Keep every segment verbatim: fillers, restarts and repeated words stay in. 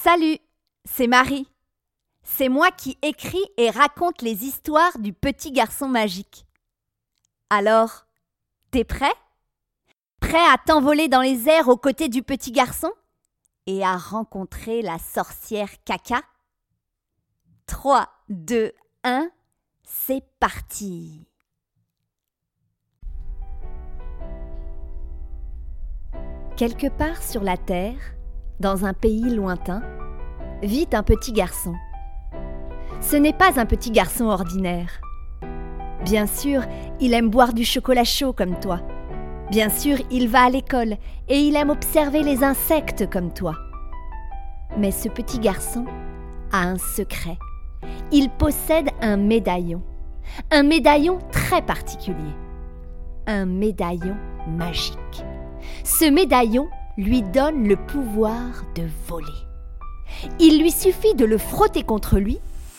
Salut, c'est Marie. C'est moi qui écris et raconte les histoires du petit garçon magique. Alors, t'es prêt? Prêt à t'envoler dans les airs aux côtés du petit garçon et à rencontrer la sorcière Caca? trois, deux, un, c'est parti! Quelque part sur la terre, dans un pays lointain, vit un petit garçon. Ce n'est pas un petit garçon ordinaire. Bien sûr, il aime boire du chocolat chaud comme toi. Bien sûr, il va à l'école et il aime observer les insectes comme toi. Mais ce petit garçon a un secret. Il possède un médaillon. Un médaillon très particulier. Un médaillon magique. Ce médaillon lui donne le pouvoir de voler. Il lui suffit de le frotter contre lui.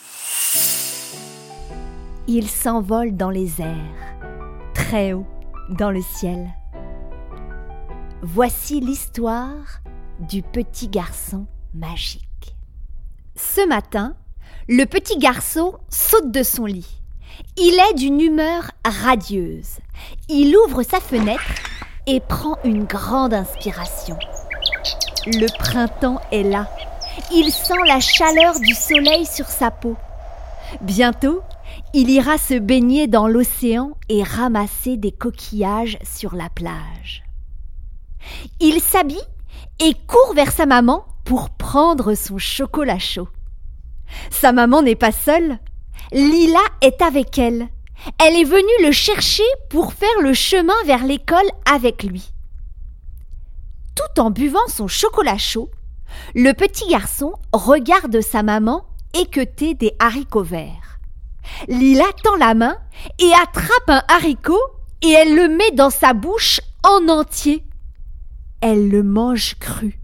Il s'envole dans les airs, très haut dans le ciel. Voici l'histoire du petit garçon magique. Ce matin, le petit garçon saute de son lit. Il est d'une humeur radieuse. Il ouvre sa fenêtre et prend une grande inspiration. Le printemps est là. Il sent la chaleur du soleil sur sa peau. Bientôt, il ira se baigner dans l'océan et ramasser des coquillages sur la plage. Il s'habille et court vers sa maman pour prendre son chocolat chaud. Sa maman n'est pas seule. Lila est avec elle. Elle est venue le chercher pour faire le chemin vers l'école avec lui. Tout en buvant son chocolat chaud, le petit garçon regarde sa maman équeuter des haricots verts. Lila tend la main et attrape un haricot et elle le met dans sa bouche en entier. Elle le mange cru.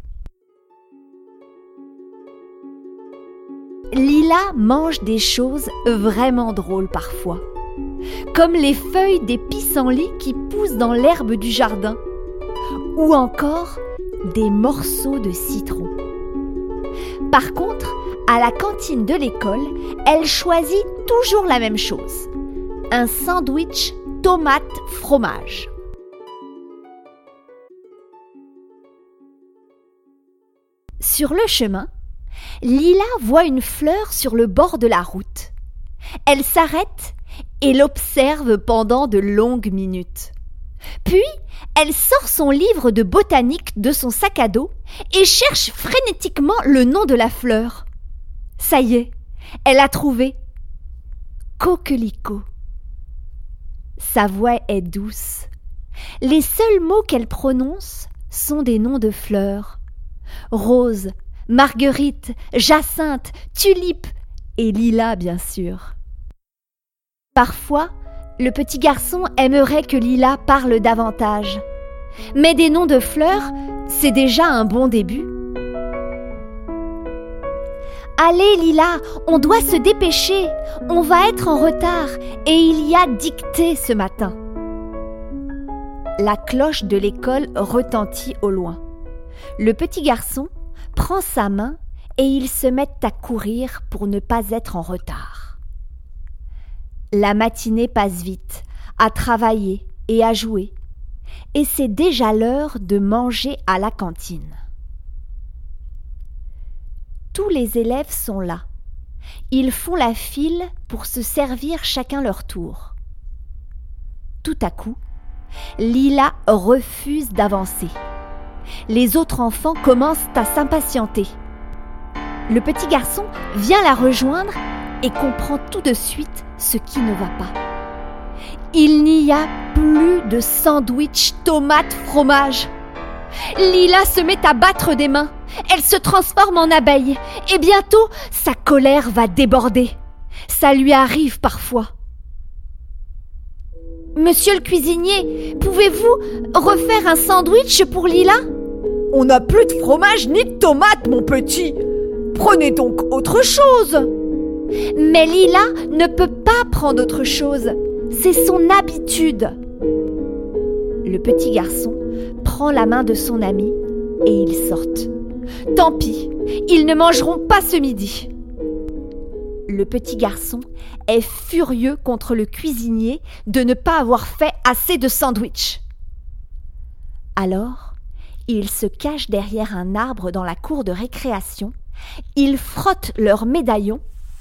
Lila mange des choses vraiment drôles parfois, comme les feuilles des pissenlits qui poussent dans l'herbe du jardin, ou encore des morceaux de citron. Par contre, à la cantine de l'école, elle choisit toujours la même chose, un sandwich tomate-fromage. Sur le chemin, Lila voit une fleur sur le bord de la route. Elle s'arrête et l'observe pendant de longues minutes. Puis, elle sort son livre de botanique de son sac à dos et cherche frénétiquement le nom de la fleur. Ça y est, elle a trouvé. Coquelicot. Sa voix est douce. Les seuls mots qu'elle prononce sont des noms de fleurs. Rose, marguerite, jacinthe, tulipe et lilas, bien sûr. Parfois, le petit garçon aimerait que Lila parle davantage. Mais des noms de fleurs, c'est déjà un bon début. Allez Lila, on doit se dépêcher, on va être en retard et il y a dictée ce matin. La cloche de l'école retentit au loin. Le petit garçon prend sa main et ils se mettent à courir pour ne pas être en retard. La matinée passe vite, à travailler et à jouer, et c'est déjà l'heure de manger à la cantine. Tous les élèves sont là. Ils font la file pour se servir chacun leur tour. Tout à coup, Lila refuse d'avancer. Les autres enfants commencent à s'impatienter. Le petit garçon vient la rejoindre et comprend tout de suite ce qui ne va pas. Il n'y a plus de sandwich tomate-fromage. Lila se met à battre des mains. Elle se transforme en abeille et bientôt sa colère va déborder. Ça lui arrive parfois. Monsieur le cuisinier, pouvez-vous refaire un sandwich pour Lila ? On n'a plus de fromage ni de tomates, mon petit. Prenez donc autre chose. Mais Lila ne peut pas prendre autre chose. C'est son habitude. Le petit garçon prend la main de son ami et ils sortent. Tant pis, ils ne mangeront pas ce midi. Le petit garçon est furieux contre le cuisinier de ne pas avoir fait assez de sandwichs. Alors, il se cache derrière un arbre dans la cour de récréation. Ils frottent leurs médaillons.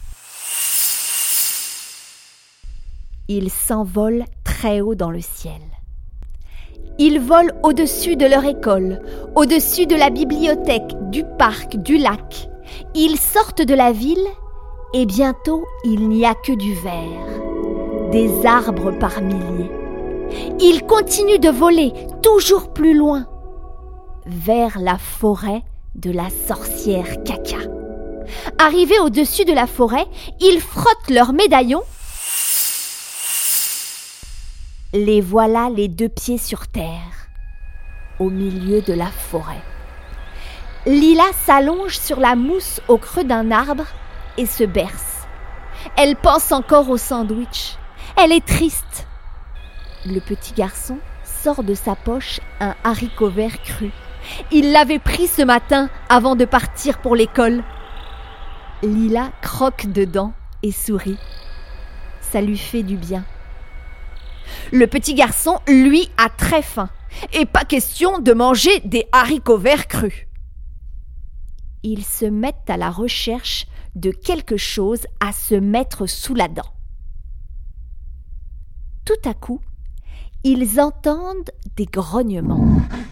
Ils s'envolent très haut dans le ciel. Ils volent au-dessus de leur école, au-dessus de la bibliothèque, du parc, du lac. Ils sortent de la ville et bientôt il n'y a que du vert, des arbres par milliers. Ils continuent de voler toujours plus loin, vers la forêt de la sorcière Caca. Arrivés au-dessus de la forêt, ils frottent leurs médaillons. Les voilà les deux pieds sur terre, au milieu de la forêt. Lila s'allonge sur la mousse au creux d'un arbre et se berce. Elle pense encore au sandwich. Elle est triste. Le petit garçon sort de sa poche un haricot vert cru. Il l'avait pris ce matin avant de partir pour l'école. Lila croque dedans et sourit. Ça lui fait du bien. Le petit garçon, lui, a très faim. Et pas question de manger des haricots verts crus. Ils se mettent à la recherche de quelque chose à se mettre sous la dent. Tout à coup, ils entendent des grognements.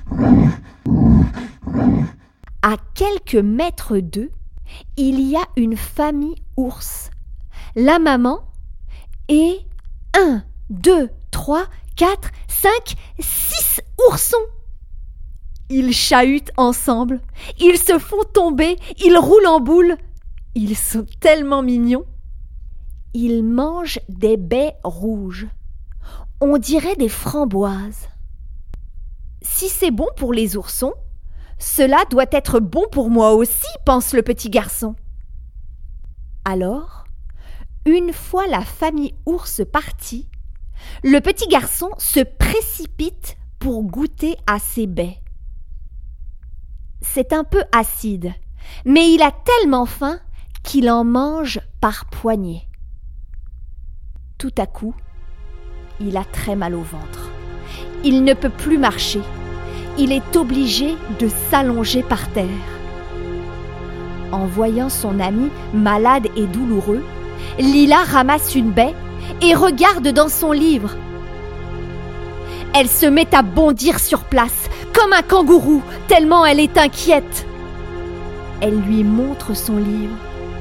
À quelques mètres d'eux, il y a une famille ours. La maman et un, deux, trois, quatre, cinq, six oursons. Ils chahutent ensemble, ils se font tomber, ils roulent en boule. Ils sont tellement mignons. Ils mangent des baies rouges. On dirait des framboises. Si c'est bon pour les oursons, cela doit être bon pour moi aussi, pense le petit garçon. Alors, une fois la famille ours partie, le petit garçon se précipite pour goûter à ces baies. C'est un peu acide, mais il a tellement faim qu'il en mange par poignées. Tout à coup, il a très mal au ventre. Il ne peut plus marcher. Il est obligé de s'allonger par terre. En voyant son ami malade et douloureux, Lila ramasse une baie et regarde dans son livre. Elle se met à bondir sur place, comme un kangourou, tellement elle est inquiète. Elle lui montre son livre.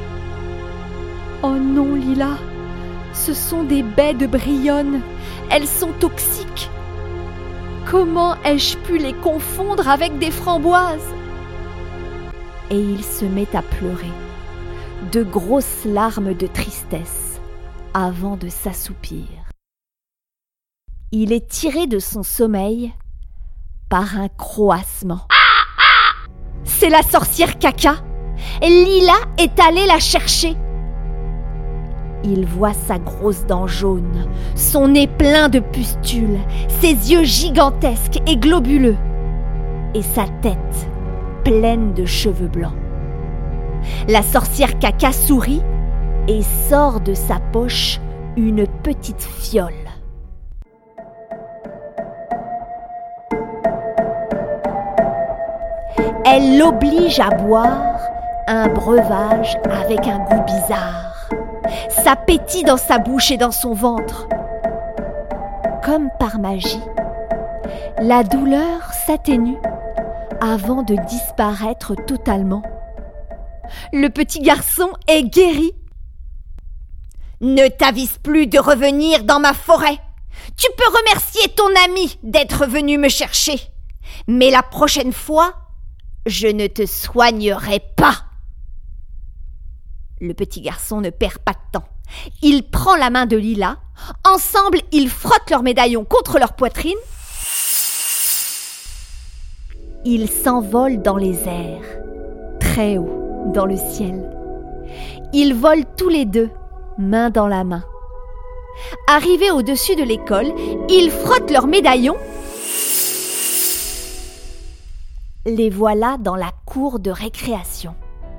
« Oh non, Lila, ce sont des baies de brionne. Elles sont toxiques. Comment ai-je pu les confondre avec des framboises ?» Et il se met à pleurer, de grosses larmes de tristesse, avant de s'assoupir. Il est tiré de son sommeil par un croassement. C'est la sorcière Caca. Lila est allée la chercher. Il voit sa grosse dent jaune, son nez plein de pustules, ses yeux gigantesques et globuleux, et sa tête pleine de cheveux blancs. La sorcière Caca sourit et sort de sa poche une petite fiole. Elle l'oblige à boire un breuvage avec un goût bizarre. Ça pétille dans sa bouche et dans son ventre. Comme par magie, la douleur s'atténue avant de disparaître totalement. Le petit garçon est guéri. « Ne t'avise plus de revenir dans ma forêt. Tu peux remercier ton ami d'être venu me chercher. Mais la prochaine fois, je ne te soignerai pas. » Le petit garçon ne perd pas de temps. Il prend la main de Lila. Ensemble, ils frottent leurs médaillons contre leur poitrine. Ils s'envolent dans les airs, très haut dans le ciel. Ils volent tous les deux, main dans la main. Arrivés au-dessus de l'école, ils frottent leurs médaillons. Les voilà dans la cour de récréation.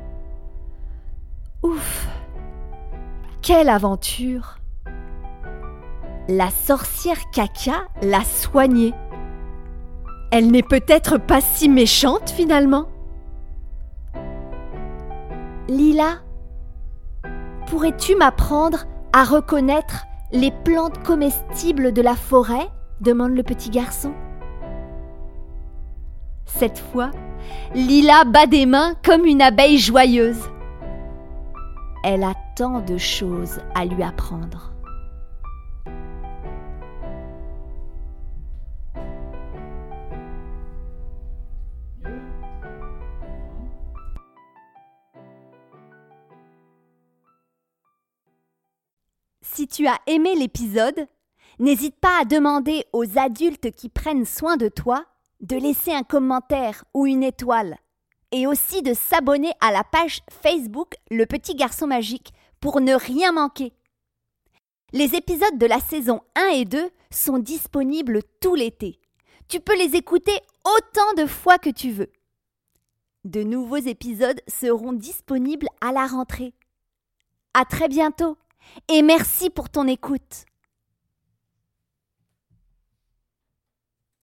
Ouf! Quelle aventure! La sorcière Caca l'a soignée. Elle n'est peut-être pas si méchante finalement. Lila, pourrais-tu m'apprendre à reconnaître les plantes comestibles de la forêt ? Demande le petit garçon. Cette fois, Lila bat des mains comme une abeille joyeuse. Elle a tant de choses à lui apprendre. Si tu as aimé l'épisode, n'hésite pas à demander aux adultes qui prennent soin de toi de laisser un commentaire ou une étoile et aussi de s'abonner à la page Facebook Le Petit Garçon Magique pour ne rien manquer. Les épisodes de la saison un et deux sont disponibles tout l'été. Tu peux les écouter autant de fois que tu veux. De nouveaux épisodes seront disponibles à la rentrée. À très bientôt et merci pour ton écoute.